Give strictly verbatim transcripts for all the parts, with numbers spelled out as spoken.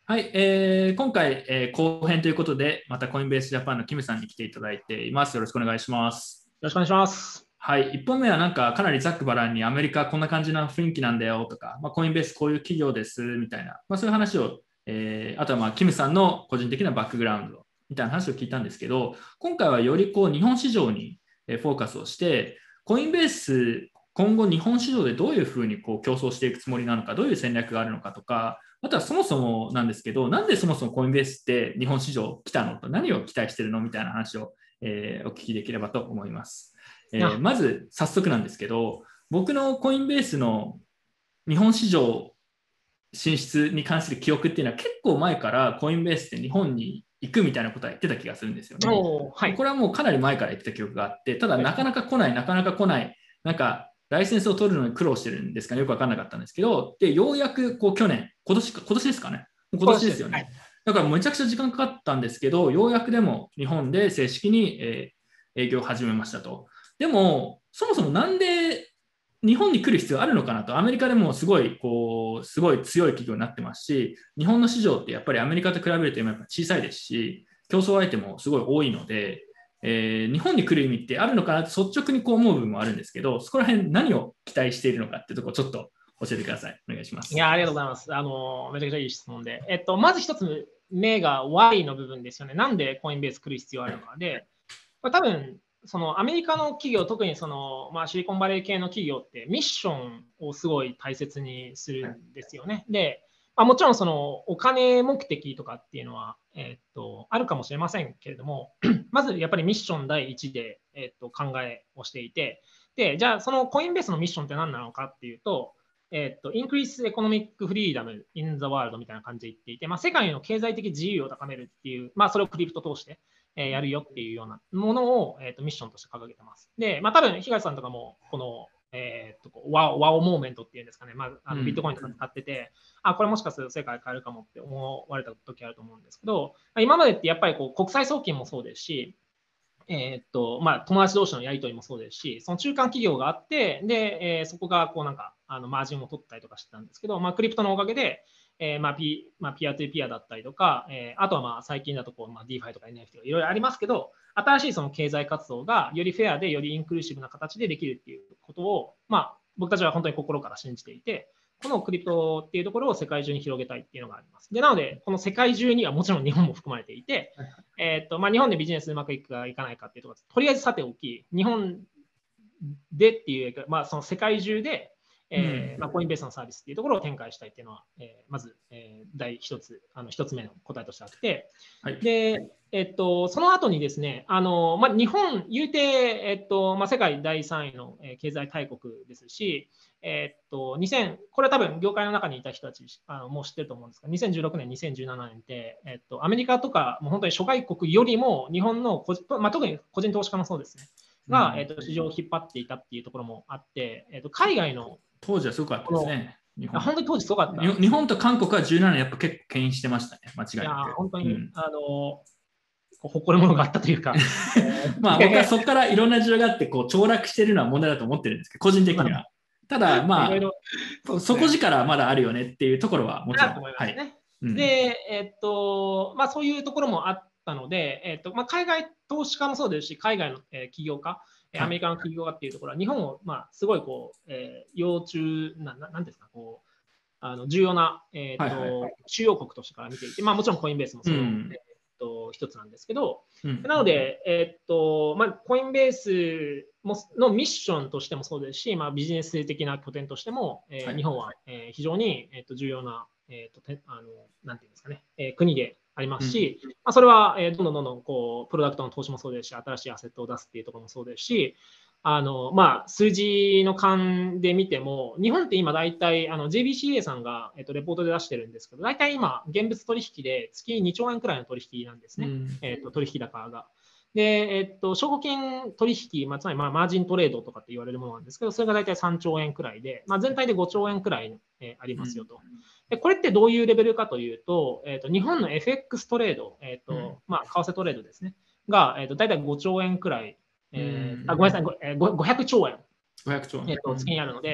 はい、えー今回、えー後編ということで、またコインベースジャパンのキムさんに来ていただいています。よろしくお願いします。 ろしくお願いします。 はい、いっぽんめはなんかかなりざっくばらんにアメリカこんな感じな雰囲気なんだよとか、まあ、コインベースこういう企業ですみたいな、まあ、そういう話を、えーあとはまあキムさんの個人的なバックグラウンドみたいな話を聞いたんですけど、今回はよりこう日本市場にえーフォーカスをして、コインベース今後日本市場でどういうふうにこう競争していくつもりなのか、どういう戦略があるのかとか、あとはそもそもなんですけど、なんでそもそもコインベースって日本市場来たのと、何を期待してるのみたいな話を、えーお聞きできればと思います。えーあ、 まず早速なんですけど、僕のコインベースの日本市場進出に関する記憶っていうのは結構前からコインベースって日本に行くみたいなことは言ってた気がするんですよね。 おー、はい。 これはもうかなり前から言ってた記憶があって、ただはい。 なかなか来ない、なかなか来ない、なんかライセンスを取るのに苦労してるんですかね、よく分かんなかったんですけど、で、ようやくこう去年、今年か、今年ですかね、今年こうです。はい。 ですよね。だからめちゃくちゃ時間かかったんですけど、ようやくでも日本で正式に、えー営業を始めましたと。でも、そもそもなんで日本に来る必要あるのかなと、アメリカでもすごいこうすごい強い企業になってますし、日本の市場ってやっぱりアメリカと比べるとやっぱ小さいですし、競争相手もすごい多いので、えー日本に来る意味ってあるのかなと率直にこう思う部分もあるんですけど、そこら辺何を期待しているのかっていうところをちょっと教えてください。お願いします。 いや、ありがとうございます。あの、めちゃくちゃいい質問で。えっと、まず一つ目が Y の部分ですよね。なんでコインベース来る必要あるのかで、これ多分、そのアメリカの企業、特にその、まあ、シリコンバレー系の企業ってミッションをすごい大切にするんですよね。で、まあ、もちろんそのお金目的とかっていうのは、えっと、あるかもしれませんけれども、まずやっぱりミッション第一で、えっと、考えをしていて、で、じゃあそのコインベースのミッションって何なのかっていうと、えっと、Increase Economic Freedom in the World みたいな感じで言っていて、まあ、世界の経済的自由を高めるっていう、まあ、それをクリプト通してえやるよっていうようなものを、えーと、ミッションとして掲げてます。で、まあ、多分東さんとかも、この、えー、とワワオモーメントっていうんですかね、まあ、あのビットコインとか使ってて、うん、あ、これもしかすると世界変えるかもって思われた時あると思うんですけど、今までってやっぱりこう国際送金もそうですし、えーっとまあ、友達同士のやり取りもそうですし、その中間企業があって、で、えーそこがこうなんかあのマージンを取ったりとかしてたんですけど、まあ、クリプトのおかげで、えーまあピまあ、ピアトゥピアだったりとか、えーあとはまあ最近だとこう、まあ、ディーファイ とか エヌエフティー とかいろいろありますけど、新しいその経済活動がよりフェアでよりインクルーシブな形でできるっていうことを、まあ、僕たちは本当に心から信じていて、このクリプトっていうところを世界中に広げたいっていうのがあります。でなので、この世界中にはもちろん日本も含まれていて、えーとまあ、日本でビジネスうまくいくかいかないかっていうところとりあえずさておき、日本でっていう、まあ、その世界中で、えーまあ、コインベースのサービスっていうところを展開したいっていうのは、えーまず、えー、第一つ、あの一つ目の答えとしてあって、 はい、 で、えっと、その後にですね、あのまあ、日本、言うて、えっとまあ、世界だいさんいの経済大国ですし、えっと、にせんこれは多分業界の中にいた人たちあのもう知ってると思うんですが、にせんじゅうろくねん、にせんじゅうななねんって、えっと、アメリカとか、もう本当に諸外国よりも日本の、まあ、特に個人投資家もそうですね、が、えっと、市場を引っ張っていたっていうところもあって、えっと、海外の当時はすごかったですね、日本。 本当に当時すごかった日本と韓国はじゅうななねんやっぱ結構牽引してましたね、間違いなく。 いや本当に、 うん、 あの誇るものがあったというか、 まあ僕はそこからいろんな事情があってこう凋落してるのは問題だと思ってるんですけど、個人的には。ただまあ、 そうですね、 底力まだあるよねっていうところはもちろん。 と思いまはい。 すね。 うん、 で、えっと、まあそういうところもあったので、えっと、まあ海外投資家もそうですし、海外の、え起業家、アはい。 メリカの企業家っていうところは、日本を、まあ、すごいこう、えー、要注な、ななんですか、こう、あの重要な、えーとはいはい。 主要国としてから見ていて、まあ、もちろんコインベースもその、 うん。 えーと一つなんですけど、 うん。 なので、えーとまあ、コインベースものミッションとしてもそうですし、まあ、ビジネス的な拠点としても、えはい。 ー日本は、えー非常に、えーと重要な、えーとてあのなんていうんですかね、えー国でありまうん。 すし、まあ、それは、えーどんどんどんどんこうプロダクトの投資もそうですし、新しいアセットを出すっていうところもそうですし、あのまあ、数字の勘で見ても、日本って今、大体あの ジェービーシーエー さんが、えっと、レポートで出してるんですけど、大体今、現物取引で月にちょうえんくらいの取引なんですね、 うん。 えっと、取引高が。で、えっと、証拠金取引、まあ、つまりまあマージントレードとかって言われるものなんですけど、それが大体さんちょうえんくらいで、まあ、全体でごちょうえんくらい、えーありうん。 ますよと。でこれってどういうレベルかというと、えっと、日本の エフエックス トレード、えっうん。 とまあ、為替トレードですね、が、えっと、大体ごちょうえんくらい、 うえー、あごめんなん。 さい、ごひゃくちょうえん、 ごひゃくちょう。 えっと、 うん。 月にあるので、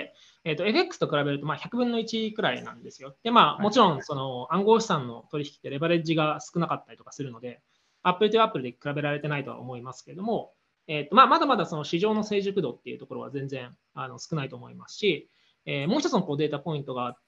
えーと、エフエックス と比べるとまあひゃくぶんのいちくらいなんですよ。で、まあ、もちろんその暗号資産の取引ってレバレッジが少なかったりとかするので、アップルとアップルで比べられてないとは思いますけれども、えーとまあ、まだまだその市場の成熟度っていうところは全然あの少ないと思いますし、えー、もう一つのこうデータポイントがあって、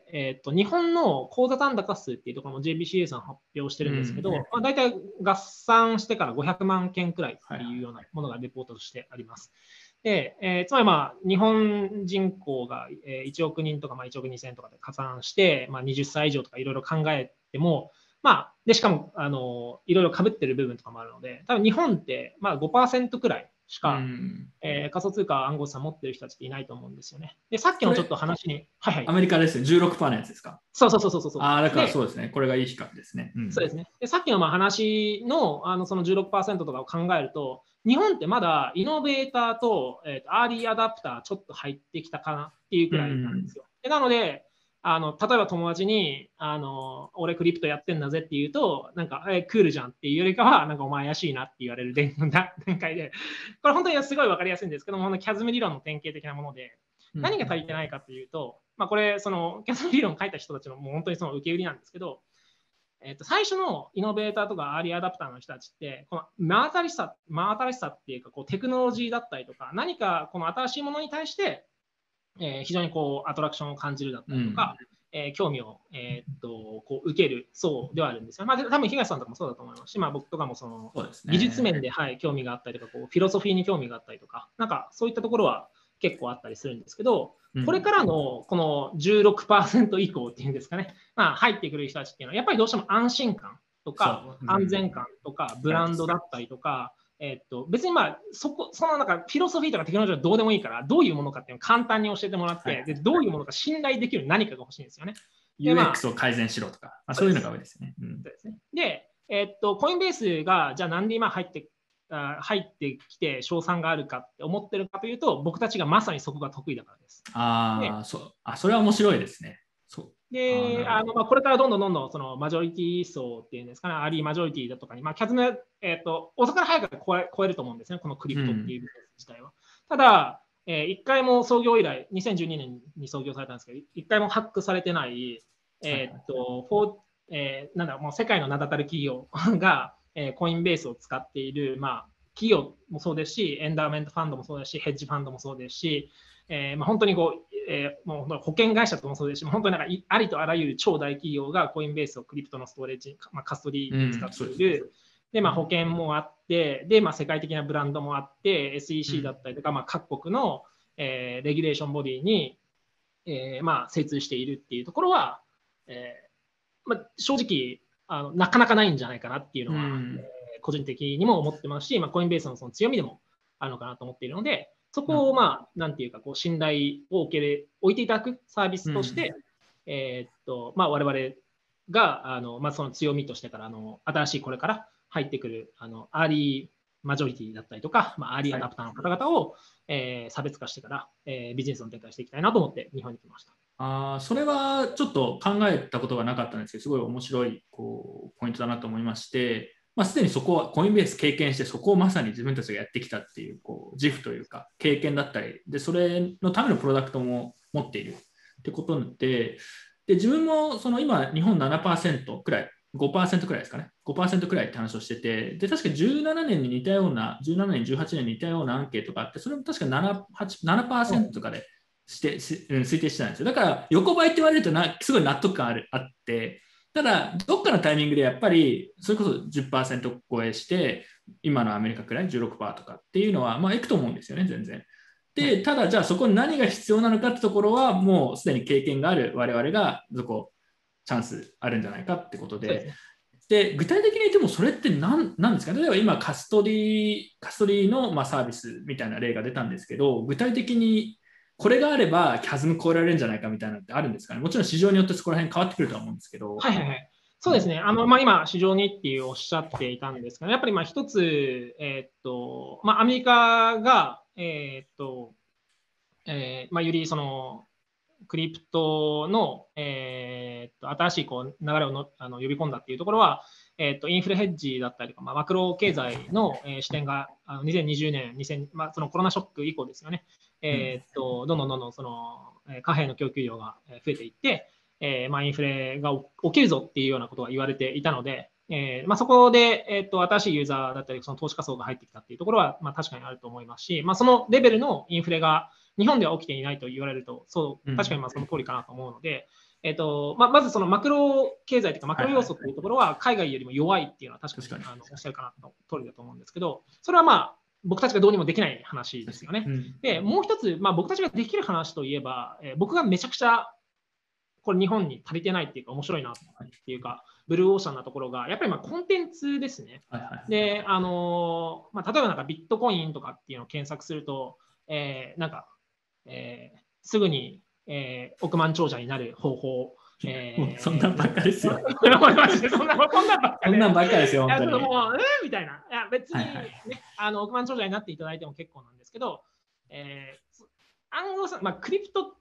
えーと、日本の口座残高数っていうところも ジェイビーシーエー さん発表してるんですけど、うんまあ、大体合算してからごひゃくまんけんくらいっていうようなものがレポートとしてあります。でえー、つまり、まあ、日本人口がいちおくにんとか、まあ、いちおくにせんとかで加算して、まあ、はたち以上とかいろいろ考えても、まあ、でしかもあのいろいろ被ってる部分とかもあるので、多分日本ってまあ ごパーセント くらいしか、うんえー、仮想通貨暗号資産持ってる人たちっていないと思うんですよね。で、さっきのちょっと話に、はいはい、 アメリカですね、じゅうろくパーセント のやつですか。 そうそうそうそうそう。 ああ、だからそうですね、これがいい比較ですね。 うん、そうですね。で、さっきのまあ話のあのその じゅうろくパーセント とかを考えると、日本ってまだイノベーターと、えー、とアーリーアダプターちょっと入ってきたかなっていうくらいなんですよ。うん、でなので、あの例えば友達にあの俺クリプトやってんだぜって言うと、なんか、えー、クールじゃんっていうよりかは、なんかお前怪しいなって言われる展開で、これ本当にすごい分かりやすいんですけども、キャズム理論の典型的なもので、何が足りてないかというと、まあ、これ、そのキャズム理論を書いた人たちのもう本当にその受け売りなんですけど、えー、と最初のイノベーターとかアーリーアダプターの人たちって、この真新しさ、真新しさっていうかこうテクノロジーだったりとか、何かこの新しいものに対して、えー、非常にこうアトラクションを感じるだったりとか、うんえー、興味を、えー、っとこう受ける層ではあるんですよ。まあ、多分東さんとかもそうだと思いますし、まあ、僕とかもその技術面で、はい、興味があったりとかこう、フィロソフィーに興味があったりとか、なんかそういったところは結構あったりするんですけど、これからのこの じゅうろくパーセント 以降っていうんですかね、まあ、入ってくる人たちっていうのは、やっぱりどうしても安心感とか、安全感とか、ブランドだったりとか、えっと、別にまあそこ、そのなんかフィロソフィーとかテクノロジーはどうでもいいから、どういうものかっていうのを簡単に教えてもらって、はい、でどういうものか信頼できる何かが欲しいんですよね。 ユーエックス を改善しろとか、まあ、そういうのが多いですよね。 うん、ですねで、えっと、コインベースがじゃあなんで今入って入ってきて賞賛があるかって思ってるかというと、僕たちがまさにそこが得意だからです。 ああ、そあそれは面白いですね。そうで、あのまあ、これからどんどんどんどんそのマジョリティ層っていうんですかね、アーリーマジョリティだとかに、まあ、キャズム、えっと、遅から早く超え超えると思うんですね、このクリプトっていうビジネス自体は。うん、ただ、えー、いっかいも創業以来、にせんじゅうにねんに創業されたんですけど、いっかいもハックされてない、えー、っと、フォーえー、なんだもう世界の名だたる企業が、えー、コインベースを使っている、まあ、企業もそうですし、エンダーメントファンドもそうですし、ヘッジファンドもそうですし、えーまあ、本当にこう、えー、もう保険会社ともそうですし、本当になんかありとあらゆる超大企業がコインベースをクリプトのストレージ、まあ、カストリーに使っている。うん、で、まあ、保険もあって、で、まあ、世界的なブランドもあって、エスイーシー だったりとか、うんまあ、各国の、えー、レギュレーションボディに、えーまあ、精通しているっていうところは、えーまあ、正直あのなかなかないんじゃないかなっていうのは、うんえー、個人的にも思ってますし、まあ、コインベースのその強みでもあるのかなと思っているので、そこを、まあ、なんていうか、こう信頼を受ける置いていただくサービスとして、うんえーっとまあ、我々があの、まあ、その強みとしてからあの新しいこれから入ってくるあのアーリーマジョリティだったりとか、まあ、アーリーアダプターの方々を、はいえー、差別化してから、えー、ビジネスの展開していきたいなと思って日本に来ました。 あそれはちょっと考えたことがなかったんですけど、すごい面白いこうポイントだなと思いまして、まあ、すでにそこはコインベース経験して、そこをまさに自分たちがやってきたっていう、こう自負というか、経験だったりで、それのためのプロダクトも持っているってことで、で自分もその今、日本ななパーセントくらい、ごパーセントくらいですかね、ごパーセントくらいって話をしてて、で確かじゅうななねんに似たような、じゅうななねん、じゅうはちねんに似たようなアンケートがあって、それも確か なな, ななパーセントとかでして推定してたんですよ。だから横ばいって言われるとなすごい納得感あるあって、ただどっかのタイミングでやっぱりそれこそ じゅっパーセント 超えして今のアメリカくらい じゅうろくパーセント とかっていうのはまあいくと思うんですよね、全然。でただじゃあそこに何が必要なのかってところはもうすでに経験がある我々がそこチャンスあるんじゃないかってことで。で具体的に言ってもそれって何なんですか。例えば今カストリーカストリーのまあサービスみたいな例が出たんですけど、具体的にこれがあればキャズム超えられるんじゃないかみたいなのってあるんですかね。もちろん市場によってそこら辺変わってくるとは思うんですけど。 はいはいはい。そうですね。あのまあ、今、市場にっていうおっしゃっていたんですが、やっぱりまあ一つ、えー、っとまあ、アメリカが、えー、っとえーまあ、よりそのクリプトの、えー、っと新しいこう流れをのあの呼び込んだっていうところは、 えー、とインフレヘッジだったりとか、まあ、マクロ経済の、えー視点があのにせんにじゅうねん、にせんまあ、そのコロナショック以降ですよね、えー、とどんどんどんどんそのえー貨幣の供給量が増えていって、えーまあ、インフレが起きるぞっていうようなことが言われていたので、えーまあ、そこで、えー、と新しいユーザーだったり、その投資家層が入ってきたっていうところは、まあ、確かにあると思いますし、まあ、そのレベルのインフレが日本では起きていないと言われると、そう確かにまあその通りかなと思うので、えーとまあ、まずそのマクロ経済というか、マクロ要素というところは海外よりも弱いっていうのは確かにあのおっしゃるかなと通りだと思うんですけど、それはまあ僕たちがどうにもできない話ですよね。で、もう一つ、まあ、僕たちができる話といえば、えー僕がめちゃくちゃこれ日本に足りてないっていうか面白いなっていうか、ブルーオーシャンなところが、やっぱりまあコンテンツですね。 はいはい、 で、あのーまあ、例えばなんかビットコインとかっていうのを検索すると、えー、なんか、えー、すぐに、えー、億万長者になる方法、 えー、そんなんばっかですよ。 そんなこんなんばっかそんなんばっかですよ、本当に。 もう、えー、みたいな。いや別に、ね、はいはい、あの億万長者になっていただいても結構なんですけど、えー、暗号資産、まあ、クリプトって、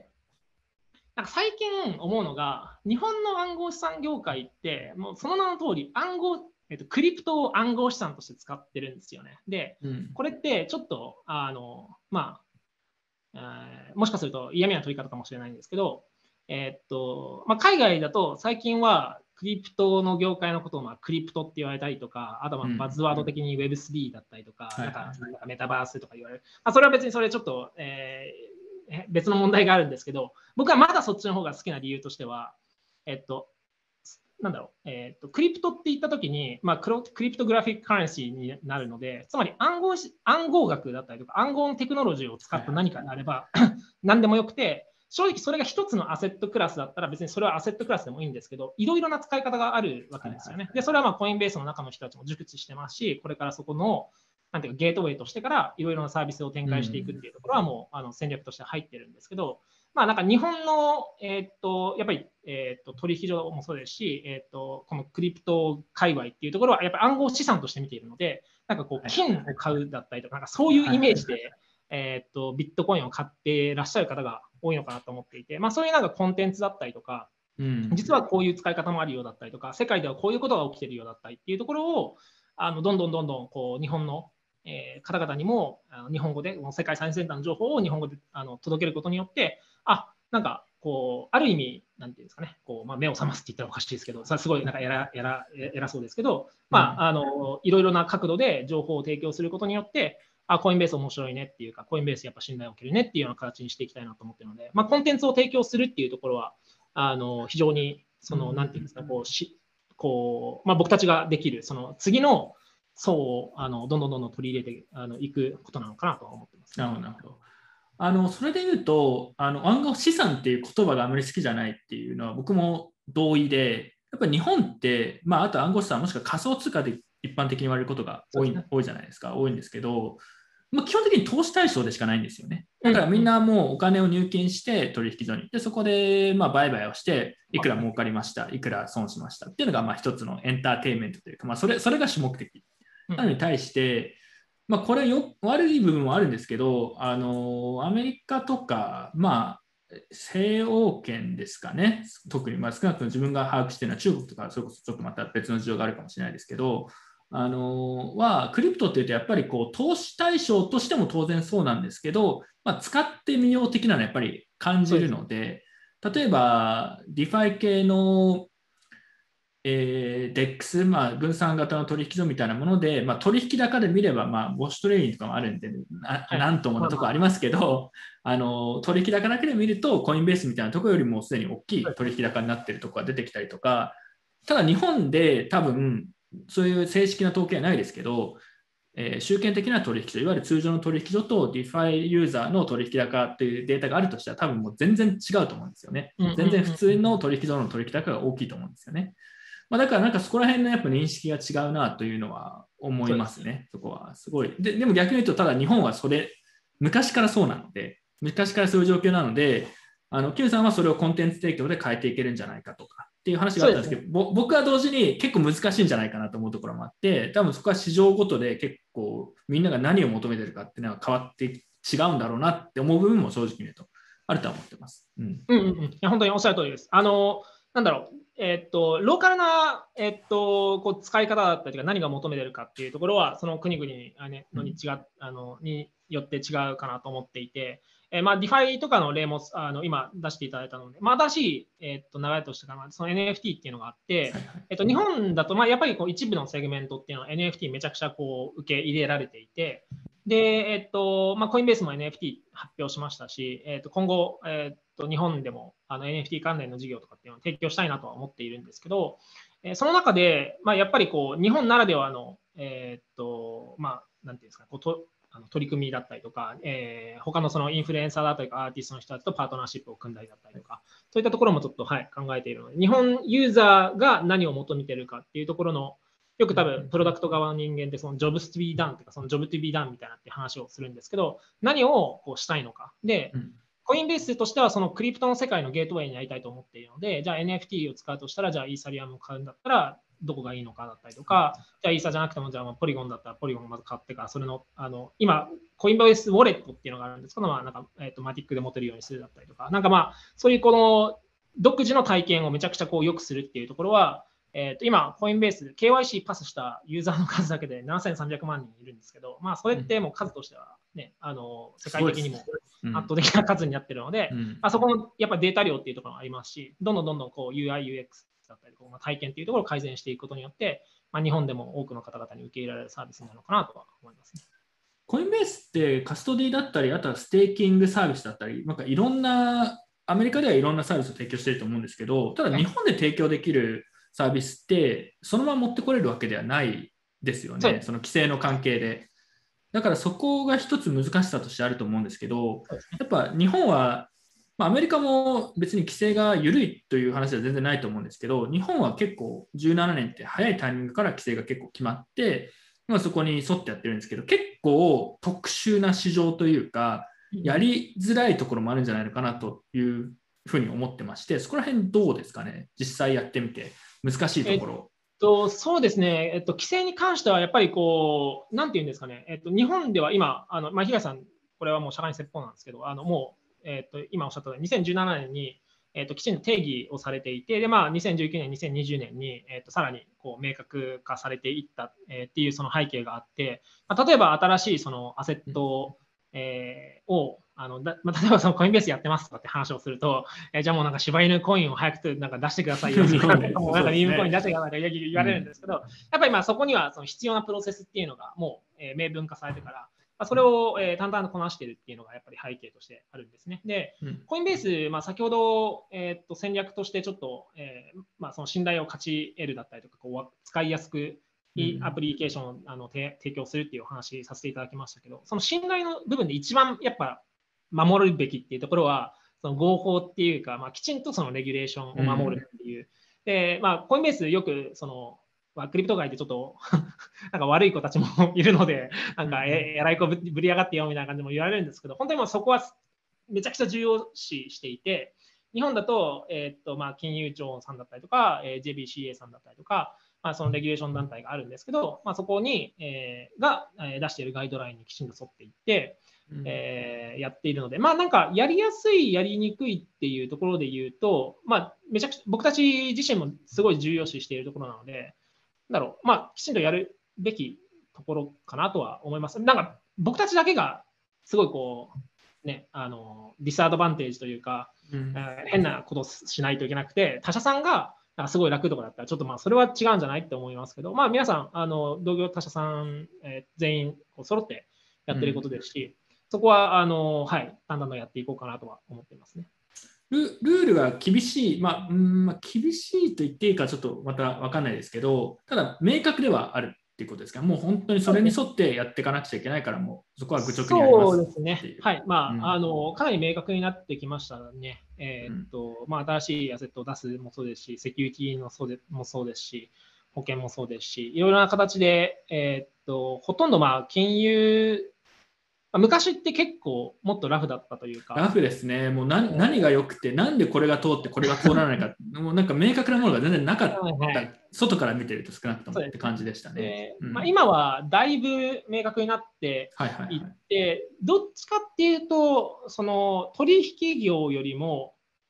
なんか最近思うのが、日本の暗号資産業界って、もうその名の通り、暗号、えっと、クリプトを暗号資産として使ってるんですよね。で、うん、これってちょっと、あの、まあ、えー、もしかすると嫌味な取り方かもしれないんですけど、えー、っと、まあ、海外だと最近はクリプトの業界のことをまあクリプトって言われたりとか、あとはバズワード的に ウェブスリー だったりとか、うん、なんかメタバースとか言われる。まあ、それは別にそれちょっと、えー別の問題があるんですけど、僕はまだそっちの方が好きな理由としては、えっと、なんだろう、えっと、クリプトって言ったときに、まあ、クリプトグラフィックカレンシーになるので、つまり暗号暗号学だったりとか、暗号のテクノロジーを使った何かであれば、何でもよくて、正直それが一つのアセットクラスだったら別にそれはアセットクラスでもいいんですけど、いろいろな使い方があるわけですよね。で、それはまあコインベースの中の人たちも熟知してますし、これからそこのなんていうかゲートウェイとしてからいろいろなサービスを展開していくっていうところはもうあの戦略として入ってるんですけど、まあなんか日本の、えー、っとやっぱり、えー、っと取引所もそうですし、えー、っとこのクリプト界隈っていうところはやっぱり暗号資産として見ているので、なんかこう金を買うだったりとか、なんかそういうイメージで、えー、っとビットコインを買っていらっしゃる方が多いのかなと思っていて、まあそういうなんかコンテンツだったりとか、実はこういう使い方もあるようだったりとか、世界ではこういうことが起きているようだったりっていうところをあのどんどんどんどんこう日本のえー、方々にもあの日本語で世界最先端の情報を日本語であの届けることによって、あ、なんかこうある意味なんていうんですかね、こうまあ目を覚ますって言ったらおかしいですけど、それすごいなんか偉偉偉そうですけど、まああのいろいろな角度で情報を提供することによって、あ、コインベース面白いねっていうか、コインベースやっぱ信頼を受けるねっていうような形にしていきたいなと思っているので、まあコンテンツを提供するっていうところはあの非常にそのなんていうんですか、こうしこうまあ僕たちができるその次の層をあのどんどんどんどん取り入れてあのいくことなのかなと思ってます、 ね。なるほど、なるほど。あのそれで言うと、あの暗号資産っていう言葉があまり好きじゃないっていうのは僕も同意で、やっぱり日本って、まあ、あと暗号資産もしくは仮想通貨で一般的に言われることが多い、ね、多いじゃないですか、多いんですけど、まあ、基本的に投資対象でしかないんですよね。だからみんなもうお金を入金して取引所に、でそこでまあ売買をして、いくら儲かりました、いくら損しましたっていうのがまあ一つのエンターテインメントというか、まあ、それそれが主目的。なのに対して、まあ、これよ悪い部分もあるんですけど、あのアメリカとか、まあ、西欧圏ですかね、特に、まあ、少なくとも自分が把握しているのは中国とか、それこそちょっとまた別の事情があるかもしれないですけど、あのはクリプトっていうと、やっぱりこう投資対象としても当然そうなんですけど、まあ、使ってみよう的なのはやっぱり感じるので、例えば、ディファイ系のえー、デックス、まあ、分散型の取引所みたいなもので、まあ、取引高で見れば、まあ、ウォッシュトレーニングとかもあるんで、ななんともなとこありますけど、あの取引高だけで見ると、コインベースみたいなところよりもすでに大きい取引高になっているところが出てきたりとか、ただ日本で多分、そういう正式な統計はないですけど、えー、集権的な取引所、いわゆる通常の取引所と ディファイ ユーザーの取引高というデータがあるとしたら、多分もう全然違うと思うんですよね。全然普通の取引所の取引高が大きいと思うんですよね。まあ、だからなんかそこら辺のやっぱ認識が違うなというのは思いますね、そこは。すごい。で、でも逆に言うと、ただ日本はそれ、昔からそうなので、昔からそういう状況なので、あの、Q さんはそれをコンテンツ提供で変えていけるんじゃないかとかっていう話があったんですけど、ね、僕は同時に結構難しいんじゃないかなと思うところもあって、多分そこは市場ごとで結構みんなが何を求めてるかっていうのは変わって違うんだろうなって思う部分も正直に言うとあるとは思ってます。 うん、うんうんうん。いや本当におっしゃる通りです。あの、なんだろう。 えっと、ローカルな、えっと、こう使い方だったりとか、何が求めてるかっていうところは、その国々に、あね、のに違うあのによって違うかなと思っていて、えーまあ、ディファイとかの例もあの今出していただいたので、まあ、新しい、えっと、流れとしてかな、その エヌエフティー っていうのがあって、えっと、日本だと、まあ、やっぱりこう一部のセグメントっていうのは エヌエフティー めちゃくちゃこう受け入れられていて、で、えっと、まあ、コインベースも エヌエフティー 発表しましたし、えっと、今後、えっと、日本でもあの エヌエフティー 関連の事業とかっていうのを提供したいなとは思っているんですけど、えーその中で、まあ、やっぱりこう、日本ならではの、えっと、まあ、なんていうんですか、こうとあの取り組みだったりとか、えー、他のそのインフルエンサーだったりとか、アーティストの人たちとパートナーシップを組んだりだったりとか、そういったところもちょっと、はい、考えているので、日本ユーザーが何を求めているかっていうところの、よく多分、プロダクト側の人間って、そのジョブストゥビーダンとか、そのジョブトゥビーダンみたいなって話をするんですけど、何をこうしたいのか。で、コインベースとしては、そのクリプトの世界のゲートウェイになりたいと思っているので、じゃあ エヌエフティー を使うとしたら、じゃあイーサリアムを買うんだったら、どこがいいのかだったりとか、じゃあイーサじゃなくても、じゃあポリゴンだったらポリゴンをまず買ってから、それの、あの、今、コインベースウォレットっていうのがあるんですけど、まあ、なんか、えっと、マティックで持てるようにするだったりとか、なんかまあ、そういうこの、独自の体験をめちゃくちゃこう良くするっていうところは、えー、と今、コインベース、ケーワイシー パスしたユーザーの数だけでななせんさんびゃくまんにんいるんですけど、まあ、それってもう数としては、ね、あの世界的にも圧倒的な数になっているので、うん、あそこのやっぱデータ量っていうところもありますし、どんどんどんどんこう ユーアイ、ユーエックス だったり、まあ、体験っていうところを改善していくことによって、まあ、日本でも多くの方々に受け入れられるサービスになるのかなとは思いますね。 コインベースってカストディだったり、あとはステーキングサービスだったり、なんかいろんな、アメリカではいろんなサービスを提供していると思うんですけど、ただ日本で提供できるサービスって、そのまま持ってこれるわけではないですよね、その規制の関係で。だからそこが一つ難しさとしてあると思うんですけど、やっぱ日本は、まあ、アメリカも別に規制が緩いという話は全然ないと思うんですけど、日本は結構じゅうななねんって早いタイミングから規制が結構決まって、まあ、そこに沿ってやってるんですけど、結構特殊な市場というか、やりづらいところもあるんじゃないのかなというふうに思ってまして、そこら辺どうですかね、実際やってみて、難しいところ。 えっと、そうですね、えっと、規制に関してはやっぱりこう、なんていうんですかね、えっと、日本では今、あのまあ、東さん、これはもう社会に説法なんですけど、あのもう、えっと、今おっしゃったように、にせんじゅうななねんに、えっと、きちんと定義をされていて、でまあ、にせんじゅうきゅうねん、にせんにじゅうねんに、えっと、さらにこう明確化されていった、えー、っていうその背景があって、まあ、例えば新しいそのアセット、えー、をあのだまあ、例えばそのコインベースやってますとかって話をすると、えー、じゃあもうなんか柴犬コインを早くなんか出してくださいよとか、なんかミームコイン出してくださいとか言われるんですけど、うん、やっぱりまあそこにはその必要なプロセスっていうのがもう、えー、明文化されてから、まあ、それを、えー、淡々とこなしているっていうのがやっぱり背景としてあるんですね。で、うん、コインベース、まあ、先ほど、えー、っと戦略としてちょっと、えーまあ、その信頼を勝ち得るだったりとか、こう使いやすくいいアプリケーションをあの提供するっていうお話させていただきましたけど、その信頼の部分で一番やっぱ守るべきっていうところは、その合法っていうか、まあ、きちんとそのレギュレーションを守るっていう。うん、で、まあ、コインベースよくその、まあ、クリプト界でちょっとなんか悪い子たちもいるので、なんかえらい子ぶり上がってよみたいな感じも言われるんですけど、本当にもうそこはめちゃくちゃ重要視していて、日本だと、えーっとまあ、金融庁さんだったりとか、えー、ジェービーシーエー さんだったりとか、まあ、そのレギュレーション団体があるんですけど、まあ、そこに、えー、が出しているガイドラインにきちんと沿っていって、えー、やっているので、まあなんかやりやすい、やりにくいっていうところで言うと、まあめちゃくちゃ僕たち自身もすごい重要視しているところなので、なんだろう、まあきちんとやるべきところかなとは思います。なんか僕たちだけがすごいこう、ね、あのディスアドバンテージというか、うんえー、変なことをしないといけなくて、他社さんがすごい楽とかだったら、ちょっとまあそれは違うんじゃないって思いますけど、まあ皆さん、あの同業他社さん、えー、全員こう揃ってやってることですし、うんそこは、あの、はい、だんだんやっていこうかなとは思っていますね。 ル, ルールが厳しい、まあ、うんまあ、厳しいと言っていいかちょっとまた分かんないですけど、ただ明確ではあるっていうことですか、もう本当にそれに沿ってやっていかなくちゃいけないから、もうそこは愚直にやります。 そうですね。はい。まあ、うん、あの、かなり明確になってきましたね。えー、っと、うん、まあ、新しいアセットを出すもそうですし、セキュリティのそうでもそうですし、保険もそうですし、いろいろな形で、えー、っと、ほとんどまあ、金融、昔って結構もっとラフだったというか。 ラフですね。もう何何が良くて、なんでこれが通ってこれが通らないか、もうなんか明確なものが全然なかった。はいはい、外から見てると少なくともって感じでしたね。 うんまあ、今はだいぶ明確になっていって、はいはいはい、どっちかっていうと、その取引業よりも、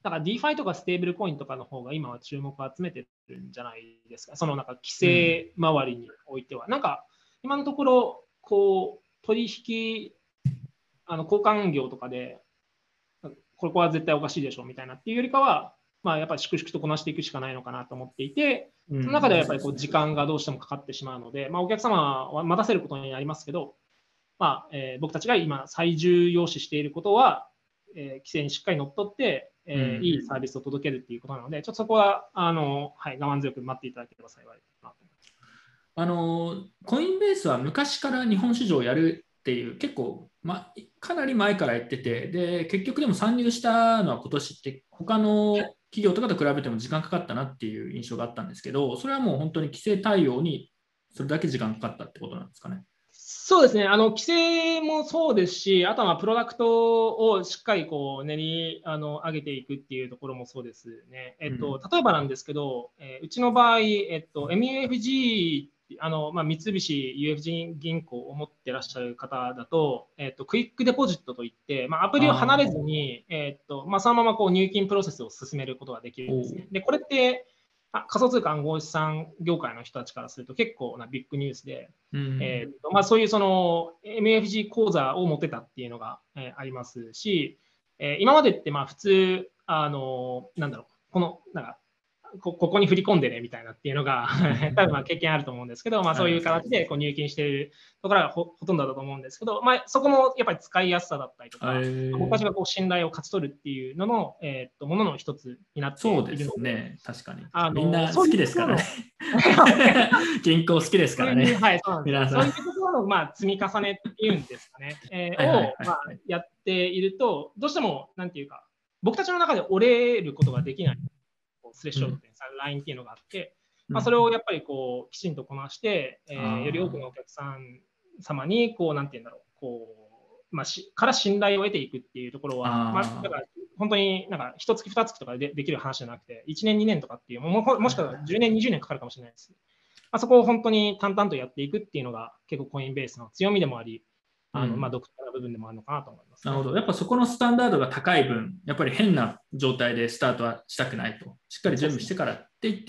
だから DeFi とかステーブルコインとかの方が今は注目を集めてるんじゃないですか。そのなんか規制周りにおいては。うん、なんか今のところ、こう、取引、あの交換業とかで、ここは絶対おかしいでしょみたいなっていうよりかは、まあ、やっぱり粛々とこなしていくしかないのかなと思っていて、その中ではやっぱりこう時間がどうしてもかかってしまうので、まあ、お客様は待たせることになりますけど、まあえー、僕たちが今最重要視していることは、えー、規制にしっかりのっとって、えー、いいサービスを届けるっていうことなので、ちょっとそこはあの、はい、我慢強く待っていただければ幸いかなと思います。 あのコインベースは昔から日本市場をやるっていう結構、ま、かなり前からやってて、で結局でも参入したのは今年って他の企業とかと比べても時間かかったなっていう印象があったんですけど、それはもう本当に規制対応にそれだけ時間かかったってことなんですかね。 そうですね、あの規制もそうですし、あとはプロダクトをしっかりこう練りあの上げていくっていうところもそうですね。えっと、例えばなんですけど、えー、うちの場合、えっと、エムユーエフジー、あのまあ、三菱 ユーエフジー 銀行を持ってらっしゃる方だと、えっと、クイックデポジットといって、まあ、アプリを離れずに、えっとまあ、そのままこう入金プロセスを進めることができるんですね。で、これってあ仮想通貨暗号資産業界の人たちからすると結構なビッグニュースで、うんえーとまあ、そういうその エムエフジー 口座を持ってたっていうのが、えー、ありますし、えー、今までってまあ普通、あのなんだろう、このなんかこここに振り込んでねみたいなっていうのが多分まあ経験あると思うんですけど、まあ、そういう形でこう入金しているところが ほ, ほとんどだと思うんですけど、まあ、そこのやっぱり使いやすさだったりとか、僕たちがこう信頼を勝ち取るっていうのの、えー、とものの一つになっているので。 そうですね、確かに。 あのみんな好きですからね。銀行好きですからね。 はい、そうなんです。そういうところの、まあ、積み重ねっていうんですかね、えー、を、まあ、やっていると、どうしても、なんていうか、僕たちの中で折れることができない。スレッショード点、うん、ラインっていうのがあって、まあ、それをやっぱりこうきちんとこなして、えー、より多くのお客さん様にこうなんていうんだろう、こう、まあ、しから信頼を得ていくっていうところは、まあ、だから本当になんか一月二月とかでできる話じゃなくて、いちねんにねんとかっていう、ももしくはじゅうねんにじゅうねんかかるかもしれないです。まあ、そこを本当に淡々とやっていくっていうのが結構コインベースの強みでもあり、あのまあ独特な部分でもあるのかなと思います、 ね、なるほど。やっぱそこのスタンダードが高い分、やっぱり変な状態でスタートはしたくないと。しっかり準備してからって言って、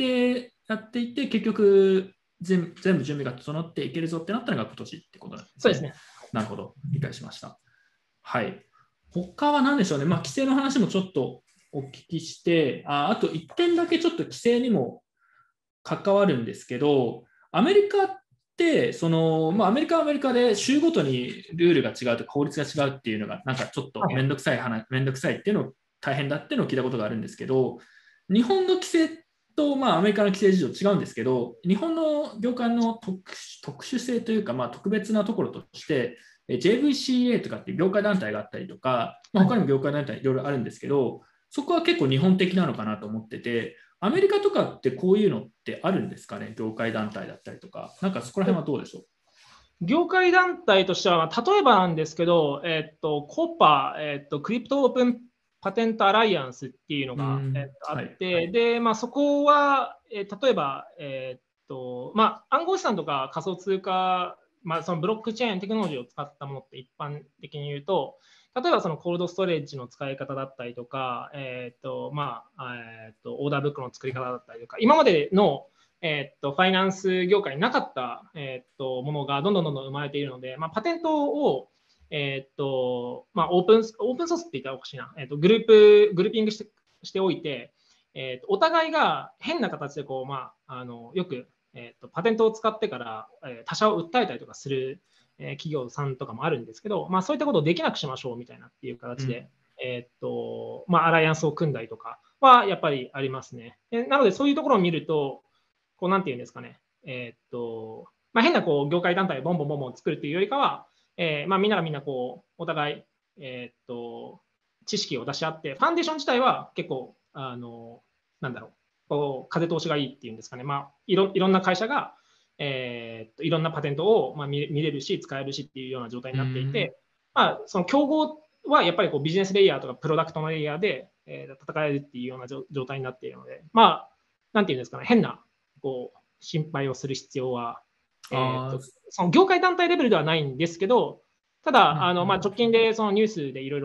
やっていって、結局全、全部準備が整っていけるぞってなったのが今年ってことなんですね。 そうですね。 なるほど。理解しました。はい。他は何でしょうね。まあ、規制の話もちょっとお聞きして、あ, あといってんだけちょっと規制にも関わるんですけど、アメリカってその、まあ、アメリカはアメリカで州ごとにルールが違うとか法律が違うっていうのがなんかちょっと面倒くさい話、面倒くさいっていうのを大変だっていうのを聞いたことがあるんですけど、日本の規制と、まあ、アメリカの規制事情違うんですけど、日本の業界の 特, 特殊性というか、まあ、特別なところとして ジェイブイシーエー とかっていう業界団体があったりとか、まあ、他にも業界団体いろいろあるんですけど、そこは結構日本的なのかなと思ってて、アメリカとかってこういうのってあるんですかね、業界団体だったりとか、なんかそこら辺はどうでしょう。 業界団体としては、例えばなんですけど、えっと、コパ、えっと、クリプトオープンパテントアライアンスっていうのが、えっと、あって、はい、で、まあ、そこは、えー、例えば、えっと、まあ、暗号資産とか仮想通貨、まあ、そのブロックチェーンテクノロジーを使ったものって一般的に言うと、例えばそのコールドストレージの使い方だったりとか、えっと、まあ、えっと、オーダーブックの作り方だったりとか、今までのえー、っとファイナンス業界になかった、えー、っとものがどんどんどんどん生まれているので、まあ、パテントを、えー、っとまあ、オープンオープンソースって言ったらおかしいな、えー、っとグループグルーピングしてしておいて、えー、っとお互いが変な形でこう、まあ、あのよく、えー、っとパテントを使ってから、えー、他社を訴えたりとかする、えー、企業さんとかもあるんですけど、まあ、そういったことをできなくしましょうみたいなっていう形で、うんえーっとまあ、アライアンスを組んだりとかはやっぱりありますね。なのでそういうところを見るとこうなんていうんですかね、えー、っと、まあ、変なこう業界団体をボンボンボンボン作るというよりかは、えー、まあみんながみんなこうお互い、えー、っと知識を出し合って、ファンデーション自体は結構、あのなんだろう、こう風通しがいいっていうんですかね、まあ、いろいろんな会社が、えー、っといろんなパテントを、まあ、見, 見れるし、使えるしっていうような状態になっていて、まあ、その競合はやっぱりこうビジネスレイヤーとかプロダクトのレイヤーで、えー、戦えるっていうような状態になっているので、まあ、なんていうんですかね、変なこう心配をする必要は、えー、とその業界団体レベルではないんですけど、ただ、あのまあ、直近でそのニュースでいろいろ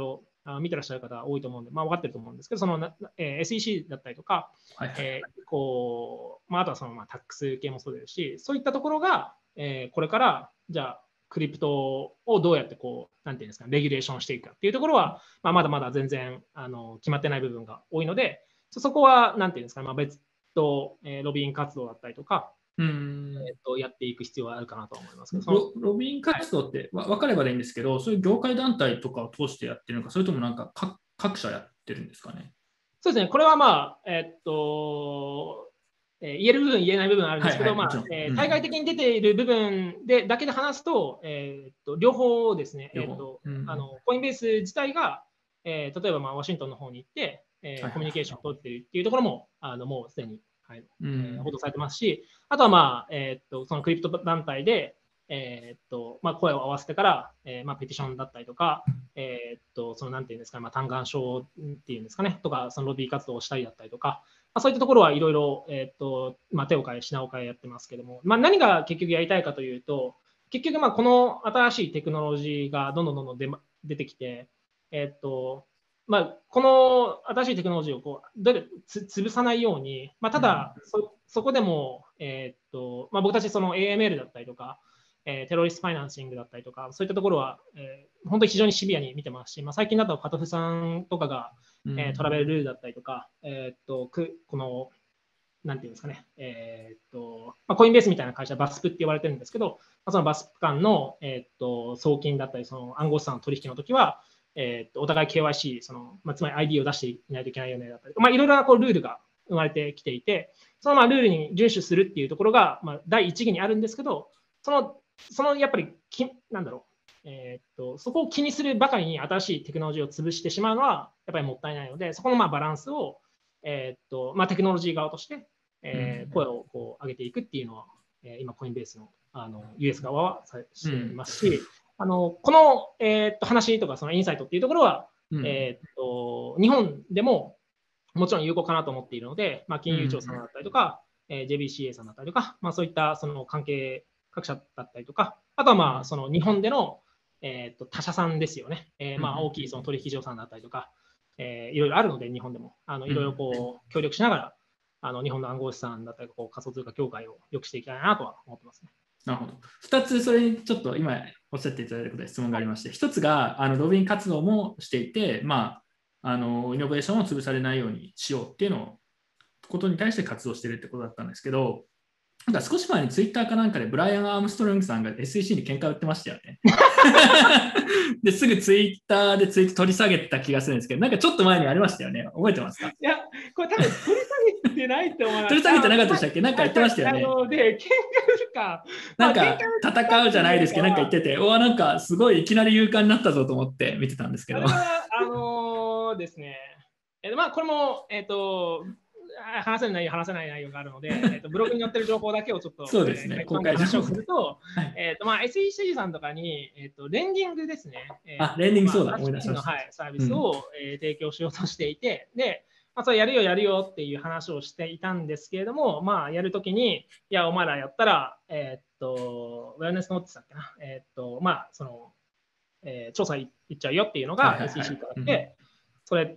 あ見てらっしゃる方多いと思うんで、まあ、分かってると思うんですけど、その、えー、エスイーシー だったりとか、 はいえーこうまあ、あとはその、まあ、タックス系もそうですし、そういったところが、えーこれから、じゃあ、クリプトをどうやってこう、なんていうんですか、レギュレーションしていくかっていうところは、まあ、まだまだ全然あの決まってない部分が多いので、そこは、なんていうんですか、まあ、別途、えーロビーン活動だったりとか、 うんえー、とやっていく必要はあるかなと思いますけど、そのロロビーン活動ってわ分かればいいんですけど、そういう業界団体とかを通してやってるのか、それともなんか各各社やってるんですかね。 そうですね、これはまあ、えっと、えー言える部分、言えない部分あるんですけど、 はいはい、 まあもちろん。 えー対外うん、 的に出ている部分でだけで話すと、えーっと両方ですね、 両方。 えーっとうん、 あのコインベース自体が、えー例えばまあワシントンの方に行って、えはいはい。 ーコミュニケーションを取っているっていうところも、あのもうすでに、はいえー報うん、 道されてますし、あとはまあ、えーっとそのクリプト団体で、えーっとまあ、声を合わせてから、えーまあ、ペティションだったりとか、えーっとそのなんていうんですか、まあ、嘆願書っていうんですかね、とか、そのロビー活動をしたりだったりとか、まあ、そういったところはいろいろ、えーとまあ、手を変え、品を変えやってますけども、まあ、何が結局やりたいかというと、結局、まあこの新しいテクノロジーがどんどんどんどん出出てきて、えーとまあ、この新しいテクノロジーをこうどれつ潰さないように、まあ、ただそ、そこでも、えーとまあ、僕たちその エーエムエル だったりとか、えーテロリストファイナンシングだったりとか、そういったところは、えー本当に非常にシビアに見てますし、まあ、最近だとカトフさんとかが、えートラベルルールだったりとか、えーっとくこのなんていうんですかね、えーっとまあ、コインベースみたいな会社、バスプって呼ばれてるんですけど、まあ、そのバスプ間の、えーっと送金だったり、その暗号資産の取引の時は、えーっとお互い ケーワイシー、そのまあ、つまり アイディー を出していないといけないよねだったり、まあ、いろいろなこうルールが生まれてきていて、そのまあルールに遵守するっていうところが、まあ、第一義にあるんですけど、そのそのやっぱりき、なんだろう、えーっと、そこを気にするばかりに新しいテクノロジーを潰してしまうのは、やっぱりもったいないので、そこのまあバランスを、えーっとまあ、テクノロジー側として、えー、声をこう上げていくっていうのは、えー、今、コインベースのあの ユーエス 側はさしていますし、あのこの、えーっと話とかそのインサイトっていうところは、 うん、 えーっと日本でももちろん有効かなと思っているので、まあ、金融庁さんだったりとか、えー、ジェービーシーエー さんだったりとか、まあ、そういったその関係各社だったりとか、あとはまあその日本での、えー、と他社さんですよね、えーまあ、大きいその取引所さんだったりとか、えー、いろいろあるので、日本でもあのいろいろこう協力しながら、あの日本の暗号資産だったりこう仮想通貨協会を良くしていきたいなとは思ってますね。 なるほど。ふたつ、それにちょっと今おっしゃっていただいたことで質問がありまして、ひとつがあのロビン活動もしていて、まあ、あのイノベーションを潰されないようにしようっていうのをことに対して活動してるってことだったんですけど、なんか少し前にツイッターかなんかでブライアン・アームストロングさんが エスイーシー に喧嘩売ってましたよね。ですぐツイッターでツイート取り下げた気がするんですけど、なんかちょっと前にありましたよね。覚えてますか？ いや、これ多分取り下げてないと思います。 取り下げてなかったでしたっけ？なんか言ってましたよね。 あので、喧嘩売るか。 なんか戦うじゃないですけど、なんか言ってて、おわ、なんかすごいいきなり勇敢になったぞと思って見てたんですけど。 あれは、あのー、ですね、えまあ、これも、えっ、ー、と、話せない内容、話せない内容があるので、えー、とブログに載ってる情報だけをちょっと、 そうですね、 えー、公開話をすると、 はい、 えーとまあ、エスイーシー さんとかに、えー、とレンディングですね、えー、 あ、レンディングそうだ、 まあ、 思い出しました。 はい、サービスを、うんえー、提供しようとしていて、で、まあ、それやるよ、やるよっていう話をしていたんですけれども、まあ、やるときに、いや、お前らやったら、えっ、ー、と、ウェルネスノーティスだっけな、えっ、ー、と、まあ、その、えー、調査行っちゃうよっていうのが エスイーシー からあって、それって、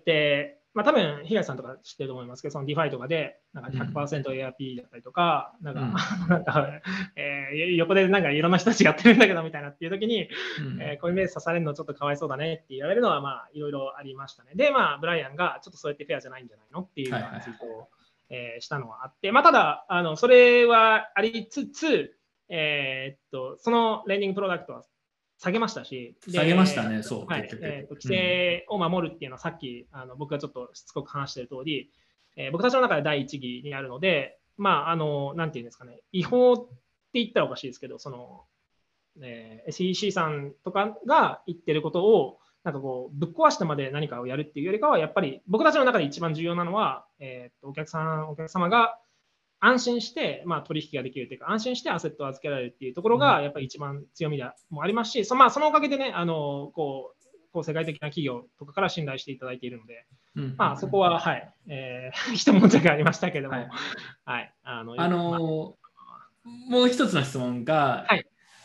まあ多分、東さんとか知ってると思いますけど、その DeFi とかで、なんか ひゃくパーセントエーアールピー だったりとか、なんか、うん、なんかえー、横でなんかいろんな人たちやってるんだけどみたいなっていう時に、うん、えー、コインベース刺されるのちょっとかわいそうだねって言われるのは、まあいろいろありましたね。で、まあ、ブライアンがちょっとそうやってフェアじゃないんじゃないのっていうようなツイートを、えー、したのはあって、まあただ、あのそれはありつつ、えー、っと、そのレンディングプロダクトは下げましたし、 下げましたね、そう、 はい、 結局、 えーと。規制を守るっていうのは、さっきあの僕がちょっとしつこく話している通り、えー、僕たちの中で第一義にあるので、まあ、あの、なんていうんですかね、違法って言ったらおかしいですけど、その、えー、エスイーシー さんとかが言ってることを、なんかこう、ぶっ壊してまで何かをやるっていうよりかは、やっぱり僕たちの中で一番重要なのは、えー、とお客さん、お客様が、安心して、まあ、取引ができるというか、安心してアセットを預けられるっていうところが、やっぱり一番強みでもありますし、そ, まあ、そのおかげでね、あのこうこう世界的な企業とかから信頼していただいているので、うん、まあ、そこは、はい、えー、一文字がありましたけども、はい、 はい、あのーまあ、もう一つの質問が、はい、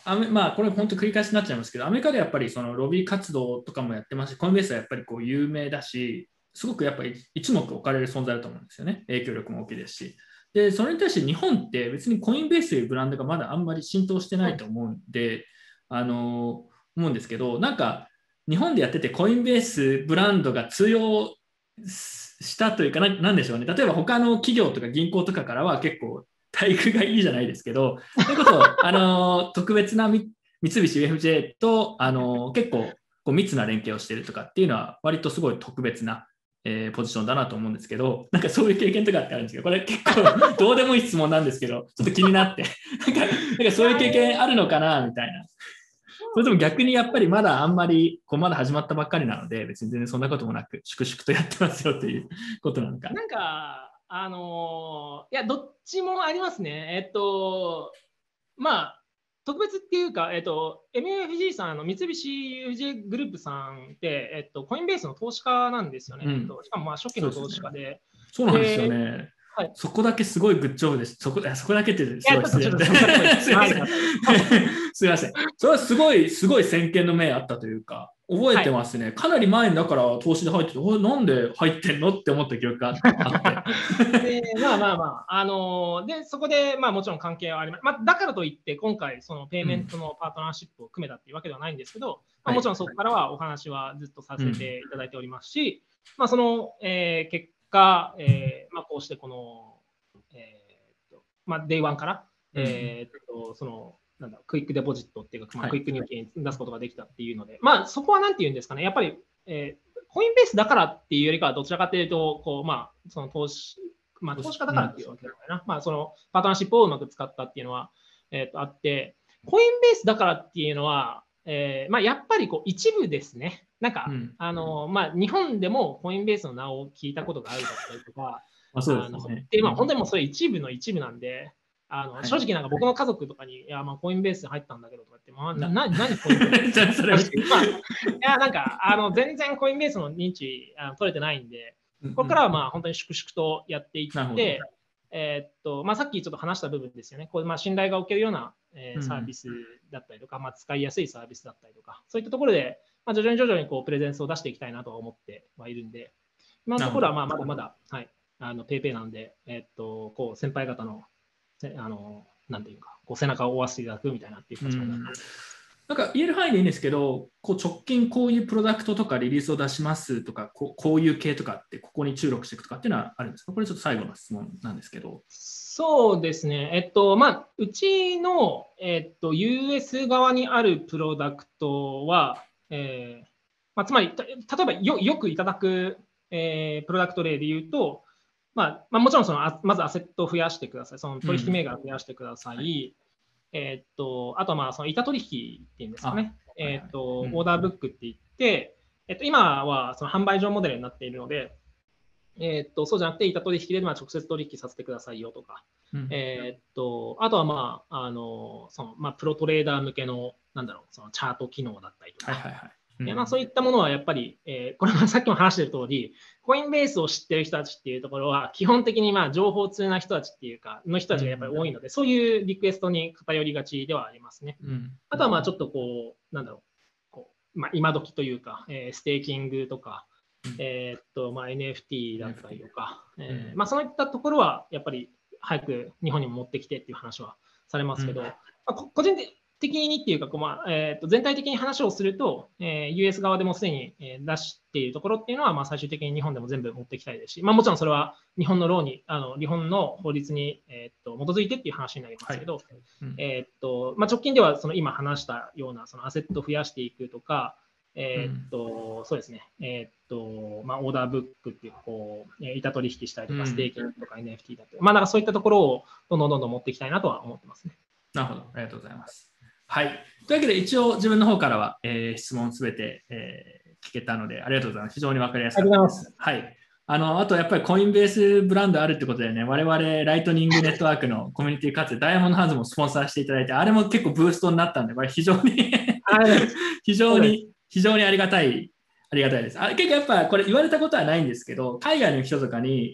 アメまあ、これ本当繰り返しになっちゃいますけど、アメリカでやっぱりそのロビー活動とかもやってますし、コインベースはやっぱりこう有名だし、すごくやっぱり一目置かれる存在だと思うんですよね。影響力も大きいですし。で、それに対して日本って別にコインベースというブランドがまだあんまり浸透してないと思うんで、あの思うんですけど、なんか日本でやっててコインベースブランドが通用したというか、な、なんでしょうね。例えば他の企業とか銀行とかからは結構待遇がいいじゃないですけど、それこそ、あの特別な三菱 ユーエフジェー と、あの結構こう密な連携をしているとかっていうのは、割とすごい特別な、えー、ポジションだなと思うんですけど、なんかそういう経験とかってあるんですけど、これ結構どうでもいい質問なんですけど、ちょっと気になって、なんかなんかそういう経験あるのかなみたいな。それとも逆にやっぱりまだあんまりこうまだ始まったばっかりなので、別に全然そんなこともなく、粛々とやってますよということなのか。 なんか、あのー、いや、どっちもありますね。えっと、まあ、特別っていうか、えっと、エムユーエフジー さん、あの三菱 ユーエフジェー グループさんって、えっと、コインベースの投資家なんですよね。 うんえっと、しかもまあ初期の投資家で。 そうなんですよね。 はい、 そこだけすごいグッジョブです。そこそこだけってすごい失礼。 すみません。 すみません。それはすごい、すごい先見の明あったというか、覚えてますね。はい、かなり前だから投資で入ってて、なんで入ってんのって思った記憶があって。 でまあまあまあ、あのー、で、そこで、まあもちろん関係はあります。まあ、だからといって、今回、そのペイメントのパートナーシップを組めたっていうわけではないんですけど、うん、まあ、もちろんそこからはお話はずっとさせていただいておりますし、うん、まあその、えー、結果、えーまあ、こうしてこの、えーとまあ、デイワンから、えーとそのなんだクイックデポジットっていうか、まあ、クイック入金出すことができたっていうので、はい、まあそこはなんていうんですかね、やっぱり、えー、コインベースだからっていうよりかは、どちらかというと、こうまあ、その投資、まあ、投資家だからっていうわけだからな、まあ、そのパートナーシップをうまく使ったっていうのは、えー、とあって、コインベースだからっていうのは、えーまあ、やっぱりこう一部ですね。なんか、うん、あのまあ、日本でもコインベースの名を聞いたことがあるだったりとか、 あそうですね、あのでまあ、本当にもうそれ一部の一部なんで、あの、はい、正直なんか僕の家族とかに、いや、まあコインベースに入ったんだけどとかって、まあ、な、な、何コインベースまあ、いや、なんか、あの、全然コインベースの認知あの取れてないんで、これからはまあ本当に粛々とやっていって、えー、っと、まあさっきちょっと話した部分ですよね。こうまあ信頼がおけるような、えー、サービスだったりとか、まあ使いやすいサービスだったりとか、そういったところで、まあ、徐々に徐々にこうプレゼンスを出していきたいなとは思ってはいるんで、今のところはまあまだまだ、はい、あのペイペイなんで、えー、っと、こう先輩方の、あの、なんていうか、こう背中を追わせていただくみたいなっていう形になります。 なんか言える範囲でいいんですけど、こう直近こういうプロダクトとかリリースを出しますとか、こうこういう系とかってここに注力していくとかっていうのはあるんですか？これちょっと最後の質問なんですけど。 そうですね。えっと、まあ、うちの、えっと、ユーエス 側にあるプロダクトは、えーまあ、つまり、例えばよよくいただく、えー、プロダクト例で言うと、まあまあ、もちろんそのあまずアセットを増やしてください。その取引銘柄を増やしてください。うんはい、えっとあとはまあその板取引っていうんですかね。えっと、オーダーブックって言って、えっと、今はその販売上モデルになっているので、えっとそうじゃなくて板取引でまあ直接取引させてくださいよとか、うん、えっとあとはまああのそのまあプロトレーダー向けのなんだろうそのチャート機能だったりとか。はいはいはいうんまあ、そういったものはやっぱり、えー、これはさっきも話している通り、コインベースを知っている人たちっていうところは、基本的にまあ情報通な人たちっていうか、の人たちがやっぱり多いので、うん、そういうリクエストに偏りがちではありますね。うん、あとはまあちょっとこう、なんだろう、こうまあ、今時というか、えー、ステーキングとか、うん、えーっとまあ、エヌエフティー だったりとか、うんえーまあ、そういったところはやっぱり早く日本にも持ってきてっていう話はされますけど、うんまあ、個人的的にっていうか、まあえー、と全体的に話をすると、えー、ユーエス 側でもすでに、えー、出しているところっていうのは、まあ、最終的に日本でも全部持っていきたいですし、まあ、もちろんそれは日本のローに、あの日本の法律に、えー、と基づいてっていう話になりますけど、はいうんえーとまあ、直近ではその今話したようなそのアセットを増やしていくとか、えーとうん、そうですね、えーとまあ、オーダーブックっていうこう、板取引したりとか、ステーキングとか エヌエフティー だったり、うんまあ、なんかそういったところをどんどんどんどん持っていきたいなとは思ってますね。 なるほど、ありがとうございます。はい。というわけで、一応自分の方からは、えー、質問すべて、えー、聞けたので、ありがとうございます。非常に分かりやすかったです。はい。あの、あと、やっぱりコインベースブランドあるってことでね、我々、ライトニングネットワークのコミュニティかつ、ダイヤモンドハンズもスポンサーしていただいて、あれも結構ブーストになったんで、これ非常に非常に、非常にありがたい、ありがたいです。あ結構やっぱ、これ言われたことはないんですけど、海外の人とかに、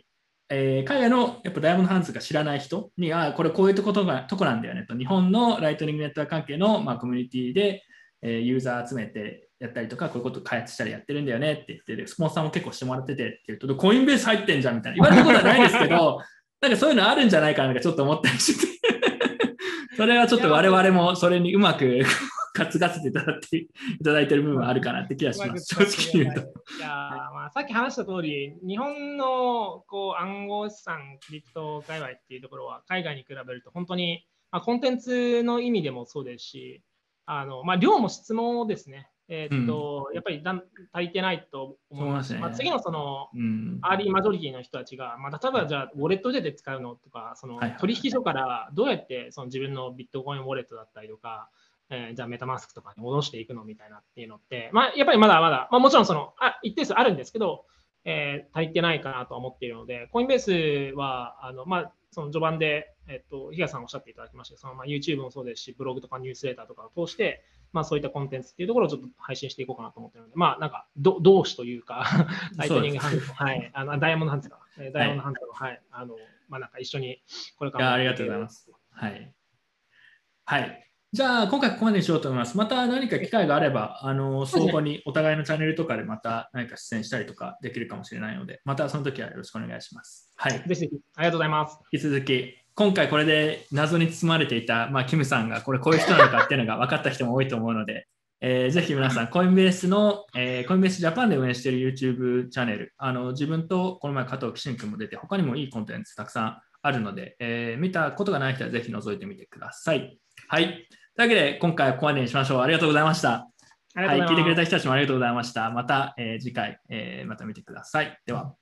えー海外のやっぱダイヤモンドハンズが知らない人に、あこれこういうとことがとこなんだよねと、日本のライトニングネットワーク関係の、まあ、コミュニティで、えーユーザー集めてやったりとか、こういうこと開発したりやってるんだよねって言ってる、スポンサーも結構してもらっててって言うと、コインベース入ってんじゃんみたいな、言われたことはないですけど、なんかそういうのあるんじゃないかなとかちょっと思ったりしてて、それはちょっと我々もそれにうまく担がせていただいていただいてる部分はあるかなって気がします、正直に言うと。 いやまあさっき話した通り、日本のこう暗号資産、クリプト界隈っていうところは、海外に比べると本当に、まあ、コンテンツの意味でもそうですし、あのまあ、量も質もですね、えーっと、うん、やっぱりだん足りてないと思います。まあ、次のその、うん、アーリーマジョリティの人たちが、まあ、例えばじゃあ、ウォレットで使うのとか、その取引所からどうやってその自分のビットコインウォレットだったりとか、えー、じゃあメタマスクとかに戻していくのみたいなっていうのって、まあ、やっぱりまだまだ、まあ、もちろんそのあ一定数あるんですけど、えー、足りてないかなと思っているので、コインベースは、あのまあ、その序盤で、えっと、東さんおっしゃっていただきましたその、まあ、YouTube もそうですし、ブログとかニュースレーターとかを通して、まあ、そういったコンテンツっていうところをちょっと配信していこうかなと思ってるので、まあ、なんか、同志というか、ライトニングハンズの、はい、あのダイヤモンドハンズか、ダイヤモンドハンズの、はい、はい、あの、まあ、なんか一緒にこれからも。 ありがとうございます。はい。はい。じゃあ、今回ここまでにしようと思います。また何か機会があれば、あの相互にお互いのチャンネルとかでまた何か出演したりとかできるかもしれないので、またその時はよろしくお願いします。はい。 ぜひぜひ、ありがとうございます。 引き続き、今回これで謎に包まれていた、まあ、キムさんがこれこういう人なのかっていうのが分かった人も多いと思うので、えー、ぜひ皆さん、コインベースの、えー、コインベースジャパンで運営している YouTube チャンネル、あの自分とこの前加藤紀信君も出て、他にもいいコンテンツたくさんあるので、えー、見たことがない人はぜひ覗いてみてください。はい。というわけで、今回はここまでにしましょう。ありがとうございました。はい、聞いてくれた人たちもありがとうございました。また、えー、次回、えー、また見てください。では。